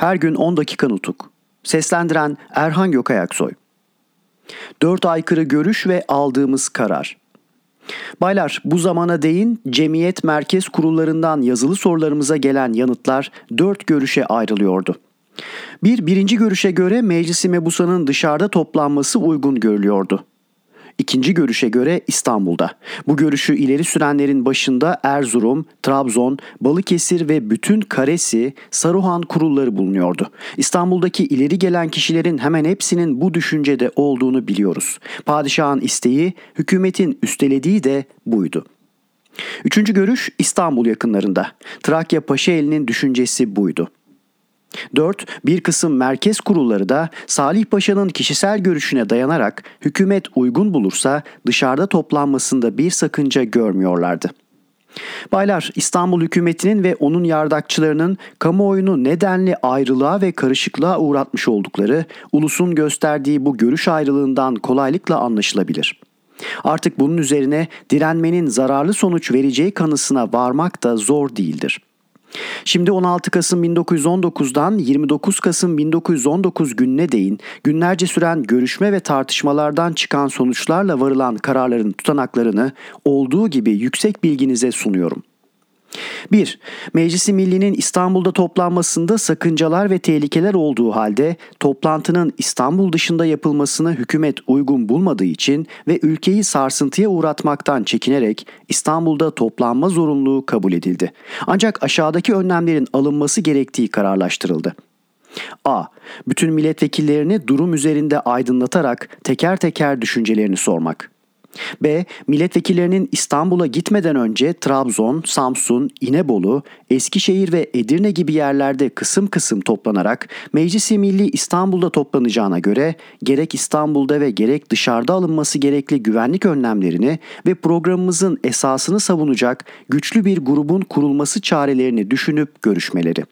Her gün 10 dakika nutuk. Seslendiren Erhan Gökayaksoy. 4 aykırı görüş ve aldığımız karar. Baylar, bu zamana değin cemiyet merkez kurullarından yazılı sorularımıza gelen yanıtlar 4 görüşe ayrılıyordu. Birinci görüşe göre Meclis-i Mebusan'ın dışarıda toplanması uygun görülüyordu. İkinci görüşe göre İstanbul'da. Bu görüşü ileri sürenlerin başında Erzurum, Trabzon, Balıkesir ve bütün Karesi, Saruhan kurulları bulunuyordu. İstanbul'daki ileri gelen kişilerin hemen hepsinin bu düşüncede olduğunu biliyoruz. Padişahın isteği, hükümetin üstelediği de buydu. Üçüncü görüş İstanbul yakınlarında. Trakya Paşaeli'nin düşüncesi buydu. 4. Bir kısım merkez kurulları da Salih Paşa'nın kişisel görüşüne dayanarak hükümet uygun bulursa dışarıda toplanmasında bir sakınca görmüyorlardı. Baylar, İstanbul hükümetinin ve onun yardakçılarının kamuoyunu nedenli ayrılığa ve karışıklığa uğratmış oldukları ulusun gösterdiği bu görüş ayrılığından kolaylıkla anlaşılabilir. Artık bunun üzerine direnmenin zararlı sonuç vereceği kanısına varmak da zor değildir. Şimdi 16 Kasım 1919'dan 29 Kasım 1919 gününe değin günlerce süren görüşme ve tartışmalardan çıkan sonuçlarla varılan kararların tutanaklarını olduğu gibi yüksek bilginize sunuyorum. 1. Meclis-i Milli'nin İstanbul'da toplanmasında sakıncalar ve tehlikeler olduğu halde toplantının İstanbul dışında yapılmasını hükümet uygun bulmadığı için ve ülkeyi sarsıntıya uğratmaktan çekinerek İstanbul'da toplanma zorunluluğu kabul edildi. Ancak aşağıdaki önlemlerin alınması gerektiği kararlaştırıldı. A. Bütün milletvekillerini durum üzerinde aydınlatarak teker teker düşüncelerini sormak. B. Milletvekillerinin İstanbul'a gitmeden önce Trabzon, Samsun, İnebolu, Eskişehir ve Edirne gibi yerlerde kısım kısım toplanarak Meclis-i Milli İstanbul'da toplanacağına göre gerek İstanbul'da ve gerek dışarıda alınması gerekli güvenlik önlemlerini ve programımızın esasını savunacak güçlü bir grubun kurulması çarelerini düşünüp görüşmeleri.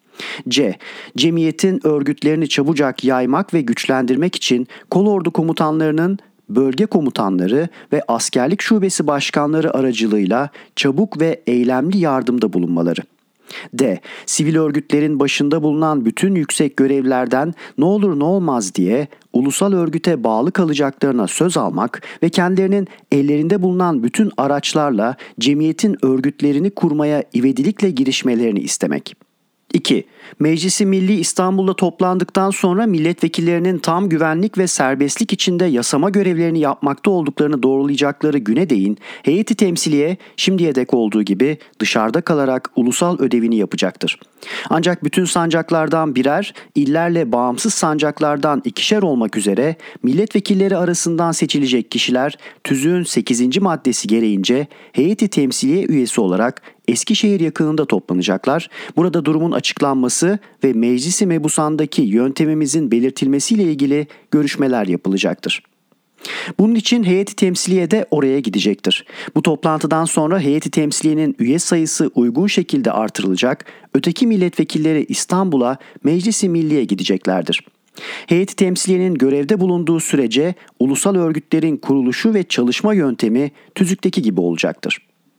C. Cemiyetin örgütlerini çabucak yaymak ve güçlendirmek için kolordu komutanlarının bölge komutanları ve askerlik şubesi başkanları aracılığıyla çabuk ve eylemli yardımda bulunmaları. D. Sivil örgütlerin başında bulunan bütün yüksek görevlerden ne olur ne olmaz diye ulusal örgüte bağlı kalacaklarına söz almak ve kendilerinin ellerinde bulunan bütün araçlarla cemiyetin örgütlerini kurmaya ivedilikle girişmelerini istemek. 2. Meclis-i Milli İstanbul'da toplandıktan sonra milletvekillerinin tam güvenlik ve serbestlik içinde yasama görevlerini yapmakta olduklarını doğrulayacakları güne değin heyeti temsiliye şimdiye dek olduğu gibi dışarıda kalarak ulusal ödevini yapacaktır. Ancak bütün sancaklardan birer, illerle bağımsız sancaklardan ikişer olmak üzere milletvekilleri arasından seçilecek kişiler tüzüğün 8. maddesi gereğince heyeti temsiliye üyesi olarak Eskişehir yakınında toplanacaklar. Burada durumun açıklanması ve Meclis-i Mebusan'daki yöntemimizin belirtilmesiyle ilgili görüşmeler yapılacaktır. Bunun için heyeti temsiliye de oraya gidecektir. Bu toplantıdan sonra heyeti temsiliyenin üye sayısı uygun şekilde artırılacak, öteki milletvekilleri İstanbul'a Meclis-i Milliye gideceklerdir. Heyeti temsiliyenin görevde bulunduğu sürece ulusal örgütlerin kuruluşu ve çalışma yöntemi tüzükteki gibi olacaktır.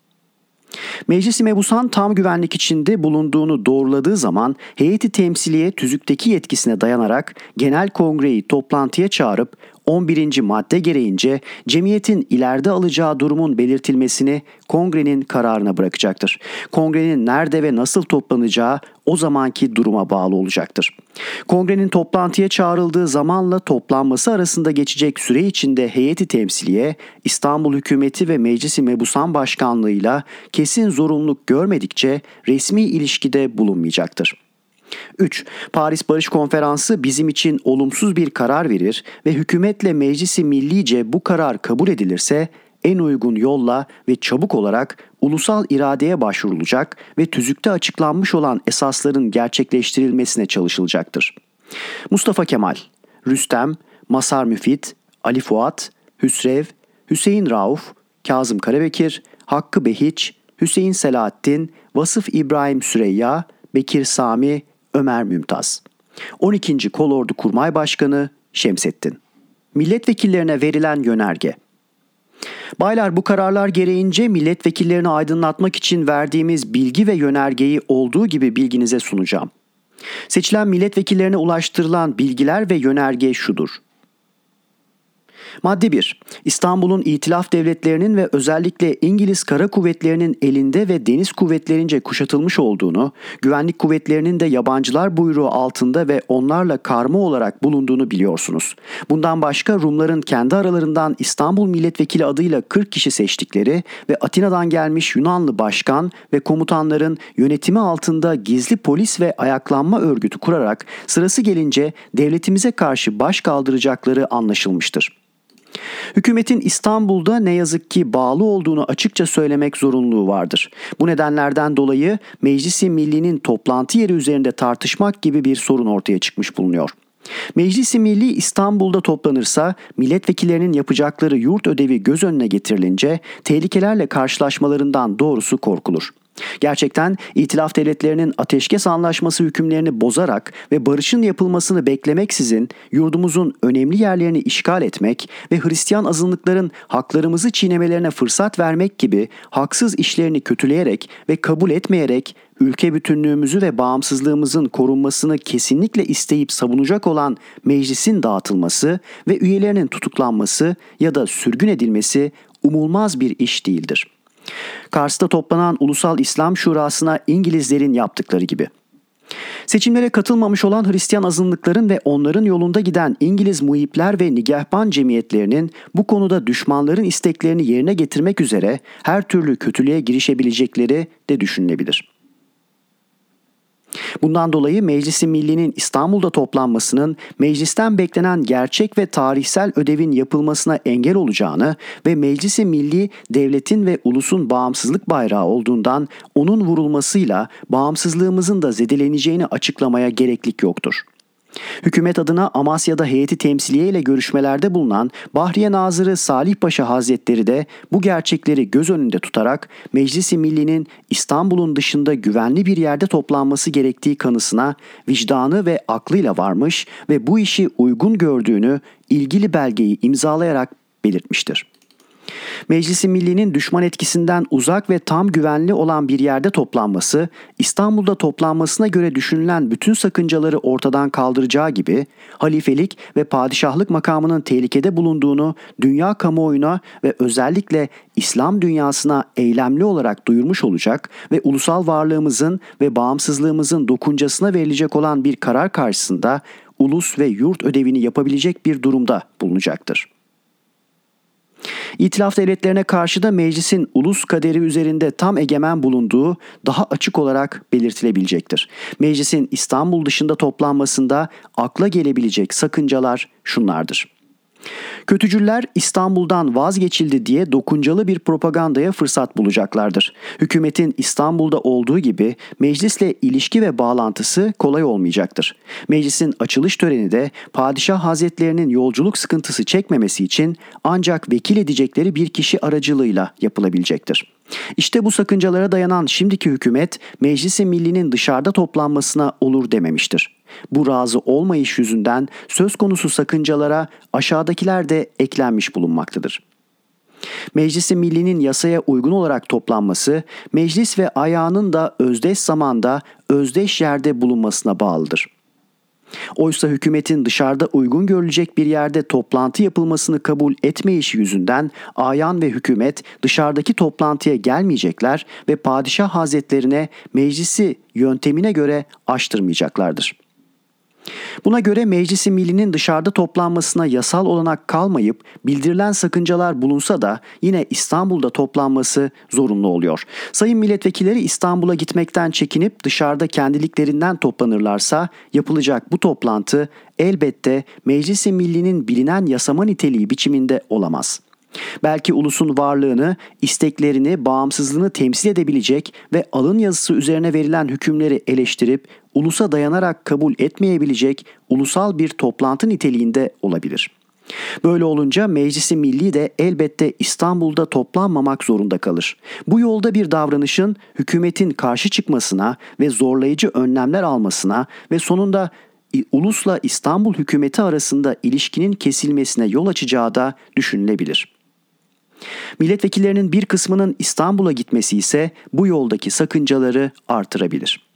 Meclis-i Mebusan tam güvenlik içinde bulunduğunu doğruladığı zaman heyeti temsiliye tüzükteki yetkisine dayanarak genel kongreyi toplantıya çağırıp 11. madde gereğince cemiyetin ileride alacağı durumun belirtilmesini kongrenin kararına bırakacaktır. Kongrenin nerede ve nasıl toplanacağı o zamanki duruma bağlı olacaktır. Kongrenin toplantıya çağrıldığı zamanla toplanması arasında geçecek süre içinde heyeti temsiliye İstanbul hükümeti ve Meclis-i Mebusan başkanlığıyla kesin zorunluluk görmedikçe resmi ilişkide bulunmayacaktır. 3. Paris Barış Konferansı bizim için olumsuz bir karar verir ve hükümetle Meclis-i Millice bu karar kabul edilirse en uygun yolla ve çabuk olarak ulusal iradeye başvurulacak ve tüzükte açıklanmış olan esasların gerçekleştirilmesine çalışılacaktır. Mustafa Kemal, Rüstem, Masar Müfit, Ali Fuat, Hüsrev, Hüseyin Rauf, Kazım Karabekir, Hakkı Behiç, Hüseyin Selahattin, Vasıf İbrahim Süreyya, Bekir Sami, Ömer Mümtaz. 12. Kolordu Kurmay Başkanı Şemsettin. Milletvekillerine verilen yönerge. Baylar, bu kararlar gereğince milletvekillerini aydınlatmak için verdiğimiz bilgi ve yönergeyi olduğu gibi bilginize sunacağım. Seçilen milletvekillerine ulaştırılan bilgiler ve yönerge şudur. Madde 1. İstanbul'un İtilaf devletlerinin ve özellikle İngiliz Kara Kuvvetleri'nin elinde ve deniz kuvvetlerince kuşatılmış olduğunu, güvenlik kuvvetlerinin de yabancılar buyruğu altında ve onlarla karma olarak bulunduğunu biliyorsunuz. Bundan başka Rumların kendi aralarından İstanbul Milletvekili adıyla 40 kişi seçtikleri ve Atina'dan gelmiş Yunanlı başkan ve komutanların yönetimi altında gizli polis ve ayaklanma örgütü kurarak sırası gelince devletimize karşı baş kaldıracakları anlaşılmıştır. Hükümetin İstanbul'da ne yazık ki bağlı olduğunu açıkça söylemek zorunluluğu vardır. Bu nedenlerden dolayı Meclis-i Milli'nin toplantı yeri üzerinde tartışmak gibi bir sorun ortaya çıkmış bulunuyor. Meclis-i Milli İstanbul'da toplanırsa milletvekillerinin yapacakları yurt ödevi göz önüne getirilince tehlikelerle karşılaşmalarından doğrusu korkulur. Gerçekten İtilaf devletlerinin ateşkes anlaşması hükümlerini bozarak ve barışın yapılmasını beklemeksizin yurdumuzun önemli yerlerini işgal etmek ve Hristiyan azınlıkların haklarımızı çiğnemelerine fırsat vermek gibi haksız işlerini kötüleyerek ve kabul etmeyerek ülke bütünlüğümüzü ve bağımsızlığımızın korunmasını kesinlikle isteyip savunacak olan meclisin dağıtılması ve üyelerinin tutuklanması ya da sürgün edilmesi umulmaz bir iş değildir. Kars'ta toplanan Ulusal İslam Şurası'na İngilizlerin yaptıkları gibi. Seçimlere katılmamış olan Hristiyan azınlıkların ve onların yolunda giden İngiliz muhipler ve nigahban cemiyetlerinin bu konuda düşmanların isteklerini yerine getirmek üzere her türlü kötülüğe girişebilecekleri de düşünülebilir. Bundan dolayı Meclis-i Milli'nin İstanbul'da toplanmasının meclisten beklenen gerçek ve tarihsel ödevin yapılmasına engel olacağını ve Meclis-i Milli devletin ve ulusun bağımsızlık bayrağı olduğundan onun vurulmasıyla bağımsızlığımızın da zedeleneceğini açıklamaya gereklik yoktur. Hükümet adına Amasya'da heyeti temsiliye ile görüşmelerde bulunan Bahriye Nazırı Salih Paşa Hazretleri de bu gerçekleri göz önünde tutarak Meclis-i Milli'nin İstanbul'un dışında güvenli bir yerde toplanması gerektiği kanısına vicdanı ve aklıyla varmış ve bu işi uygun gördüğünü ilgili belgeyi imzalayarak belirtmiştir. Meclis-i Milli'nin düşman etkisinden uzak ve tam güvenli olan bir yerde toplanması, İstanbul'da toplanmasına göre düşünülen bütün sakıncaları ortadan kaldıracağı gibi, halifelik ve padişahlık makamının tehlikede bulunduğunu dünya kamuoyuna ve özellikle İslam dünyasına eylemli olarak duyurmuş olacak ve ulusal varlığımızın ve bağımsızlığımızın dokuncasına verilecek olan bir karar karşısında ulus ve yurt ödevini yapabilecek bir durumda bulunacaktır. İtilaf devletlerine karşı da meclisin ulus kaderi üzerinde tam egemen bulunduğu daha açık olarak belirtilebilecektir. Meclisin İstanbul dışında toplanmasında akla gelebilecek sakıncalar şunlardır. Kötücüller İstanbul'dan vazgeçildi diye dokuncalı bir propagandaya fırsat bulacaklardır. Hükümetin İstanbul'da olduğu gibi meclisle ilişki ve bağlantısı kolay olmayacaktır. Meclisin açılış töreni de padişah hazretlerinin yolculuk sıkıntısı çekmemesi için ancak vekil edecekleri bir kişi aracılığıyla yapılabilecektir. İşte bu sakıncalara dayanan şimdiki hükümet Meclis-i Milli'nin dışarıda toplanmasına olur dememiştir. Bu razı olmayış yüzünden söz konusu sakıncalara aşağıdakiler de eklenmiş bulunmaktadır. Meclis-i Milli'nin yasaya uygun olarak toplanması, meclis ve ayağının da özdeş zamanda, özdeş yerde bulunmasına bağlıdır. Oysa hükümetin dışarıda uygun görülecek bir yerde toplantı yapılmasını kabul etmeyişi yüzünden ayan ve hükümet dışarıdaki toplantıya gelmeyecekler ve padişah hazretlerine meclisi yöntemine göre açtırmayacaklardır. Buna göre Meclis-i Milli'nin dışarıda toplanmasına yasal olanak kalmayıp bildirilen sakıncalar bulunsa da yine İstanbul'da toplanması zorunlu oluyor. Sayın milletvekilleri İstanbul'a gitmekten çekinip dışarıda kendiliklerinden toplanırlarsa yapılacak bu toplantı elbette Meclis-i Milli'nin bilinen yasama niteliği biçiminde olamaz. Belki ulusun varlığını, isteklerini, bağımsızlığını temsil edebilecek ve alın yazısı üzerine verilen hükümleri eleştirip ulusa dayanarak kabul etmeyebilecek ulusal bir toplantı niteliğinde olabilir. Böyle olunca Meclis-i Milli de elbette İstanbul'da toplanmamak zorunda kalır. Bu yolda bir davranışın hükümetin karşı çıkmasına ve zorlayıcı önlemler almasına ve sonunda ulusla İstanbul hükümeti arasında ilişkinin kesilmesine yol açacağı da düşünülebilir. Milletvekillerinin bir kısmının İstanbul'a gitmesi ise bu yoldaki sakıncaları artırabilir.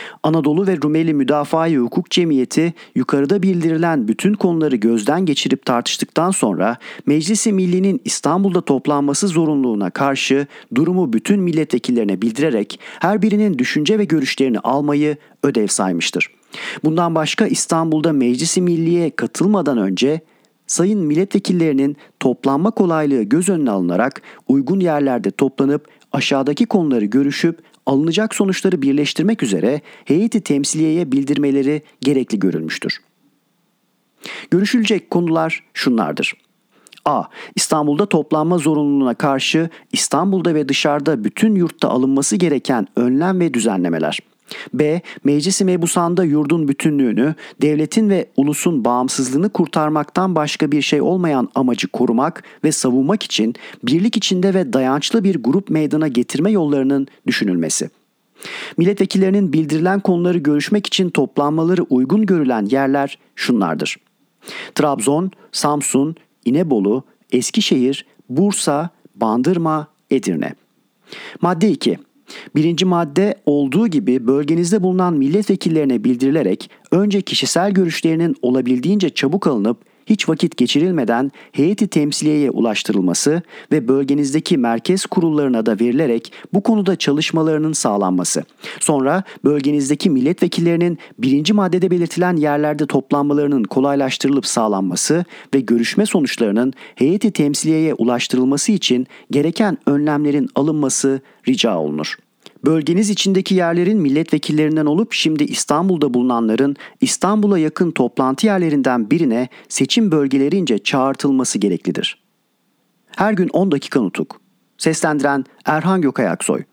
Anadolu ve Rumeli Müdafaa-i Hukuk Cemiyeti yukarıda bildirilen bütün konuları gözden geçirip tartıştıktan sonra Meclis-i Milli'nin İstanbul'da toplanması zorunluluğuna karşı durumu bütün milletvekillerine bildirerek her birinin düşünce ve görüşlerini almayı ödev saymıştır. Bundan başka İstanbul'da Meclis-i Milli'ye katılmadan önce sayın milletvekillerinin toplanma kolaylığı göz önüne alınarak uygun yerlerde toplanıp aşağıdaki konuları görüşüp alınacak sonuçları birleştirmek üzere heyeti temsiliyeye bildirmeleri gerekli görülmüştür. Görüşülecek konular şunlardır. A. İstanbul'da toplanma zorunluluğuna karşı İstanbul'da ve dışarıda bütün yurtta alınması gereken önlem ve düzenlemeler. B. Meclis-i Mebusan'da yurdun bütünlüğünü, devletin ve ulusun bağımsızlığını kurtarmaktan başka bir şey olmayan amacı korumak ve savunmak için birlik içinde ve dayançlı bir grup meydana getirme yollarının düşünülmesi. Milletvekillerinin bildirilen konuları görüşmek için toplanmaları uygun görülen yerler şunlardır. Trabzon, Samsun, İnebolu, Eskişehir, Bursa, Bandırma, Edirne. Madde 2. Birinci madde olduğu gibi bölgenizde bulunan milletvekillerine bildirilerek önce kişisel görüşlerinin olabildiğince çabuk alınıp hiç vakit geçirilmeden heyeti temsiliyeye ulaştırılması ve bölgenizdeki merkez kurullarına da verilerek bu konuda çalışmalarının sağlanması. Sonra bölgenizdeki milletvekillerinin birinci maddede belirtilen yerlerde toplanmalarının kolaylaştırılıp sağlanması ve görüşme sonuçlarının heyeti temsiliyeye ulaştırılması için gereken önlemlerin alınması rica olunur. Bölgeniz içindeki yerlerin milletvekillerinden olup şimdi İstanbul'da bulunanların İstanbul'a yakın toplantı yerlerinden birine seçim bölgelerince çağırtılması gereklidir. Her gün 10 dakika nutuk. Seslendiren Erhan Gökayaksoy.